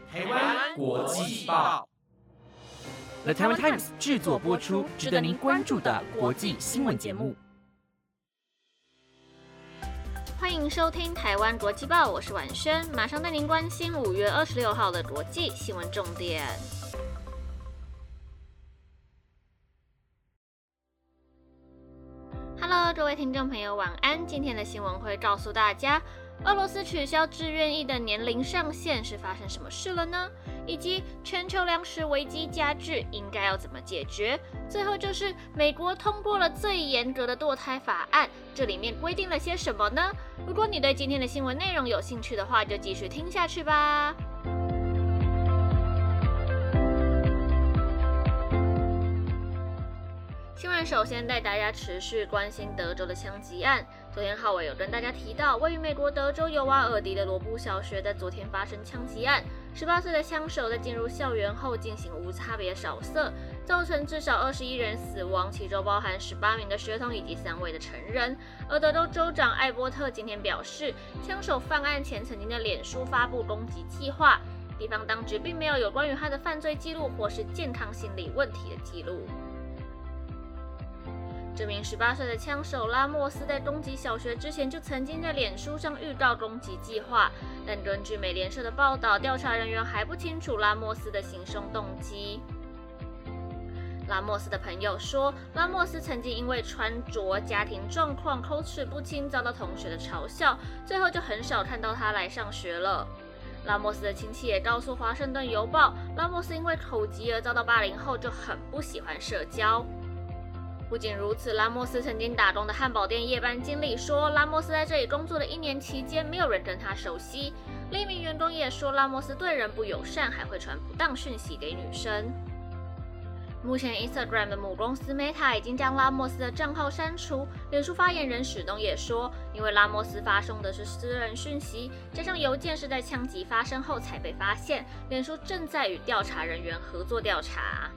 台湾国际报 The Taiwan Times 制作播出，值得您关注的国际新闻节目。 欢迎收听台湾国际报，我是婉萱，马上带您关心5月26号的国际新闻重点。Hello， 各位听众朋友，晚安。今天的新闻会告诉大家，俄罗斯取消志愿役的年龄上限是发生什么事了呢？以及全球粮食危机加剧，应该要怎么解决？最后就是美国通过了最严格的堕胎法案，这里面规定了些什么呢？如果你对今天的新闻内容有兴趣的话，就继续听下去吧。新闻首先带大家持续关心德州的枪击案。昨天浩伟有跟大家提到，位于美国德州尤瓦尔迪的罗布小学在昨天发生枪击案，18岁的枪手在进入校园后进行无差别扫射，造成至少21人死亡，其中包含18名的学童以及3位的成人。而德州州长艾波特今天表示，枪手犯案前曾经在脸书发布攻击计划，地方当局并没有关于他的犯罪记录或是健康心理问题的记录。这名18岁的枪手拉莫斯在攻击小学之前就曾经在脸书上预告攻击计划，但根据美联社的报道，调查人员还不清楚拉莫斯的行凶动机。拉莫斯的朋友说，拉莫斯曾经因为穿着、家庭状况、口齿不清遭到同学的嘲笑，最后就很少看到他来上学了。拉莫斯的亲戚也告诉《华盛顿邮报》，拉莫斯因为口疾而遭到霸凌后就很不喜欢社交。不仅如此，拉莫斯曾经打工的汉堡店夜班经理说，拉莫斯在这里工作的1年期间，没有人跟他熟悉。另一名员工也说，拉莫斯对人不友善，还会传不当讯息给女生。目前 Instagram 的母公司 Meta 已经将拉莫斯的账号删除。脸书发言人史东也说，因为拉莫斯发送的是私人讯息，加上邮件是在枪击发生后才被发现，脸书正在与调查人员合作调查。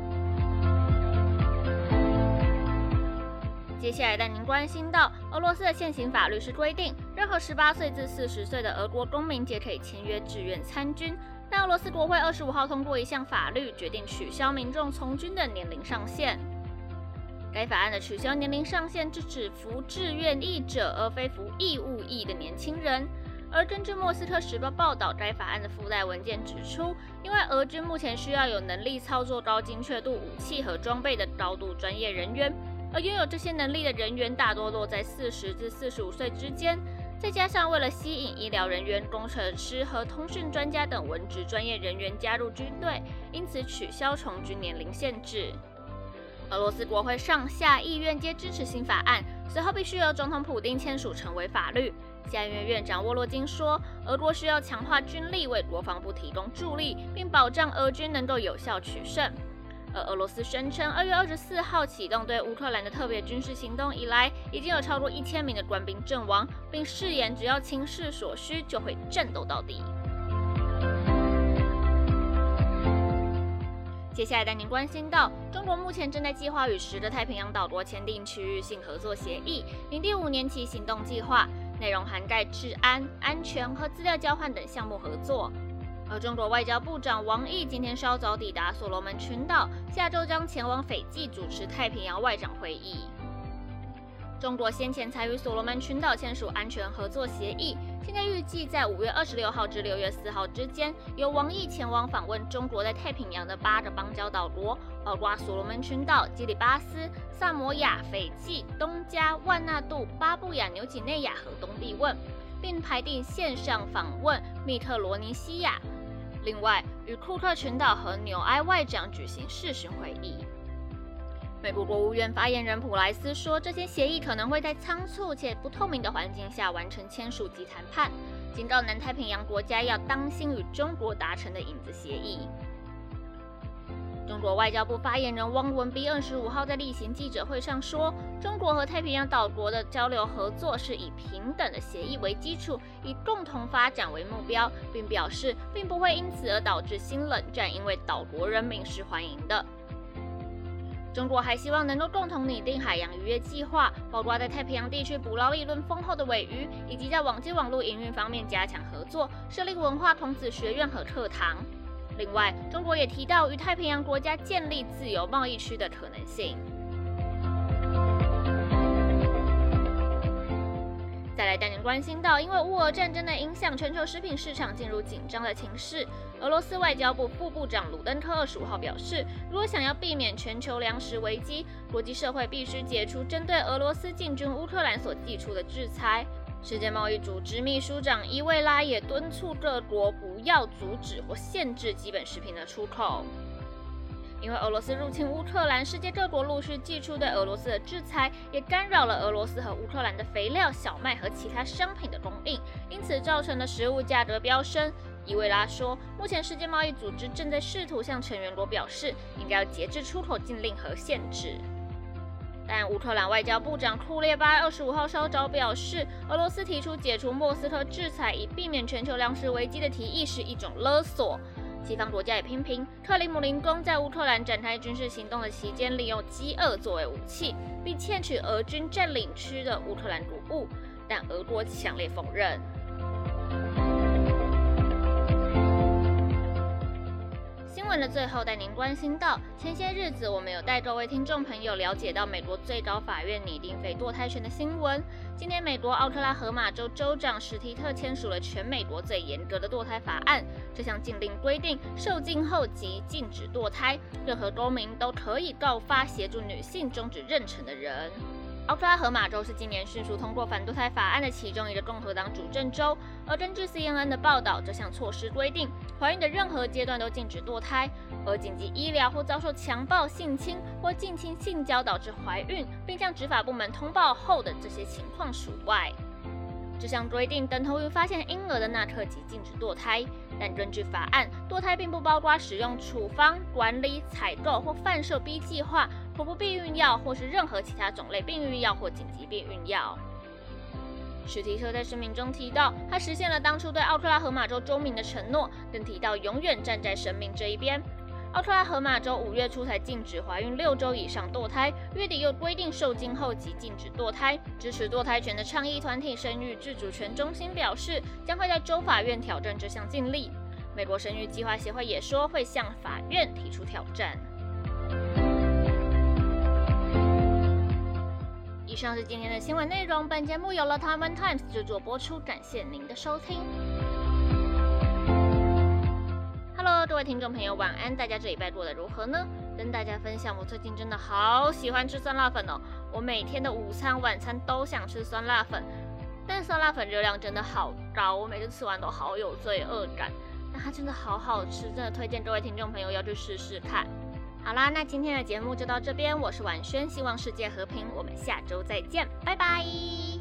接下来带您关心到，俄罗斯的现行法律是规定，任何18岁至40岁的俄国公民皆可以签约志愿参军。但俄罗斯国会25号通过一项法律，决定取消民众从军的年龄上限。该法案的取消年龄上限是指服志愿役者，而非服义务役的年轻人。而根据莫斯科时报报道，该法案的附带文件指出，因为俄军目前需要有能力操作高精确度武器和装备的高度专业人员，而拥有这些能力的人员大多落在40至45岁之间，再加上为了吸引医疗人员、工程师和通讯专家等文职专业人员加入军队，因此取消从军年龄限制。俄罗斯国会上下议院皆支持新法案，随后必须由总统普丁签署成为法律。下议院院长沃洛金说，俄国需要强化军力，为国防部提供助力，并保障俄军能够有效取胜。而俄罗斯声称，2月24号启动对乌克兰的特别军事行动以来，已经有超过1000名的官兵阵亡，并誓言只要情势所需，就会战斗到底。接下来带您关心到，中国目前正在计划与10个太平洋岛国签订区域性合作协议，拟定5年期行动计划，内容涵盖治安、安全和资料交换等项目合作。而中国外交部长王毅今天稍早抵达所罗门群岛，下周将前往斐济主持太平洋外长会议。中国先前才与所罗门群岛签署安全合作协议，现在预计在5月26号至6月4号之间，由王毅前往访问中国在太平洋的8个邦交岛国，包括所罗门群岛、基里巴斯、萨摩亚、斐济、东加、万纳杜、巴布亚纽几内亚和东帝汶，并排定线上访问密克罗尼西亚。另外，与库克群岛和纽埃外长举行视讯会议。美国国务院发言人普莱斯说，这些协议可能会在仓促且不透明的环境下完成签署及谈判，警告南太平洋国家要当心与中国达成的影子协议。中国外交部发言人汪文斌25号在例行记者会上说，中国和太平洋岛国的交流合作是以平等的协议为基础，以共同发展为目标，并表示并不会因此而导致新冷战，因为岛国人民是欢迎的。 中国还希望能够共同拟定海洋渔业计划，包括在太平洋地区捕捞利润丰厚的鲔鱼，以及在网际网络营运方面加强合作，设立文化孔子学院和课堂。另外，中国也提到与太平洋国家建立自由贸易区的可能性。再来带您关心到，因为乌俄战争的影响，全球食品市场进入紧张的情势。俄罗斯外交部副部长鲁登科25号表示，如果想要避免全球粮食危机，国际社会必须解除针对俄罗斯进军乌克兰所祭出的制裁。世界贸易组织秘书长伊维拉也敦促各国不要阻止或限制基本食品的出口。因为俄罗斯入侵乌克兰，世界各国陆续祭出对俄罗斯的制裁，也干扰了俄罗斯和乌克兰的肥料、小麦和其他商品的供应，因此造成了食物价格飙升。伊维拉说，目前世界贸易组织正在试图向成员国表示，应该要节制出口禁令和限制。但乌克兰外交部长库列巴25号稍早表示，俄罗斯提出解除莫斯科制裁以避免全球粮食危机的提议是一种勒索。西方国家也批评克里姆林宫在乌克兰展开军事行动的期间，利用饥饿作为武器，并窃取俄军占领区的乌克兰谷物，但俄国强烈否认。新闻的最后带您关心到，前些日子我们有带各位听众朋友了解到美国最高法院拟定非堕胎权的新闻。今天美国奥克拉荷马州州长史提特签署了全美国最严格的堕胎法案。这项禁令规定，受精后即禁止堕胎，任何公民都可以告发协助女性终止妊娠的人。奥克拉荷马州是今年迅速通过反堕胎法案的其中一个共和党主政州，而根据 CNN 的报道，这项措施规定，怀孕的任何阶段都禁止堕胎，而紧急医疗或遭受强暴、性侵或近亲性交导致怀孕，并向执法部门通报后的这些情况除外。这项规定等同于发现婴儿的那刻起禁止堕胎，但根据法案，堕胎并不包括使用处方、管理、采购或贩售 B 计划、口服避孕药或是任何其他种类避孕药或紧急避孕药。史提特在声明中提到，他实现了当初对奥克拉荷马州州民的承诺，更提到永远站在生命这一边。奥克拉荷马州5月初才禁止怀孕6周以上堕胎，月底又规定受精后即禁止堕胎。支持堕胎权的倡议团体生育自主权中心表示，将会在州法院挑战这项禁令。美国生育计划协会也说会向法院提出挑战。以上是今天的新闻内容，本节目由了台湾 Times 制作播出，感谢您的收听。Hello， 各位听众朋友，晚安！大家这礼拜过得如何呢？跟大家分享，我最近真的好喜欢吃酸辣粉哦。我每天的午餐、晚餐都想吃酸辣粉，但酸辣粉热量真的好高，我每次吃完都好有罪恶感。但它真的好好吃，真的推荐各位听众朋友要去试试看。好啦，那今天的节目就到这边，我是婉萱，希望世界和平，我们下周再见，拜拜。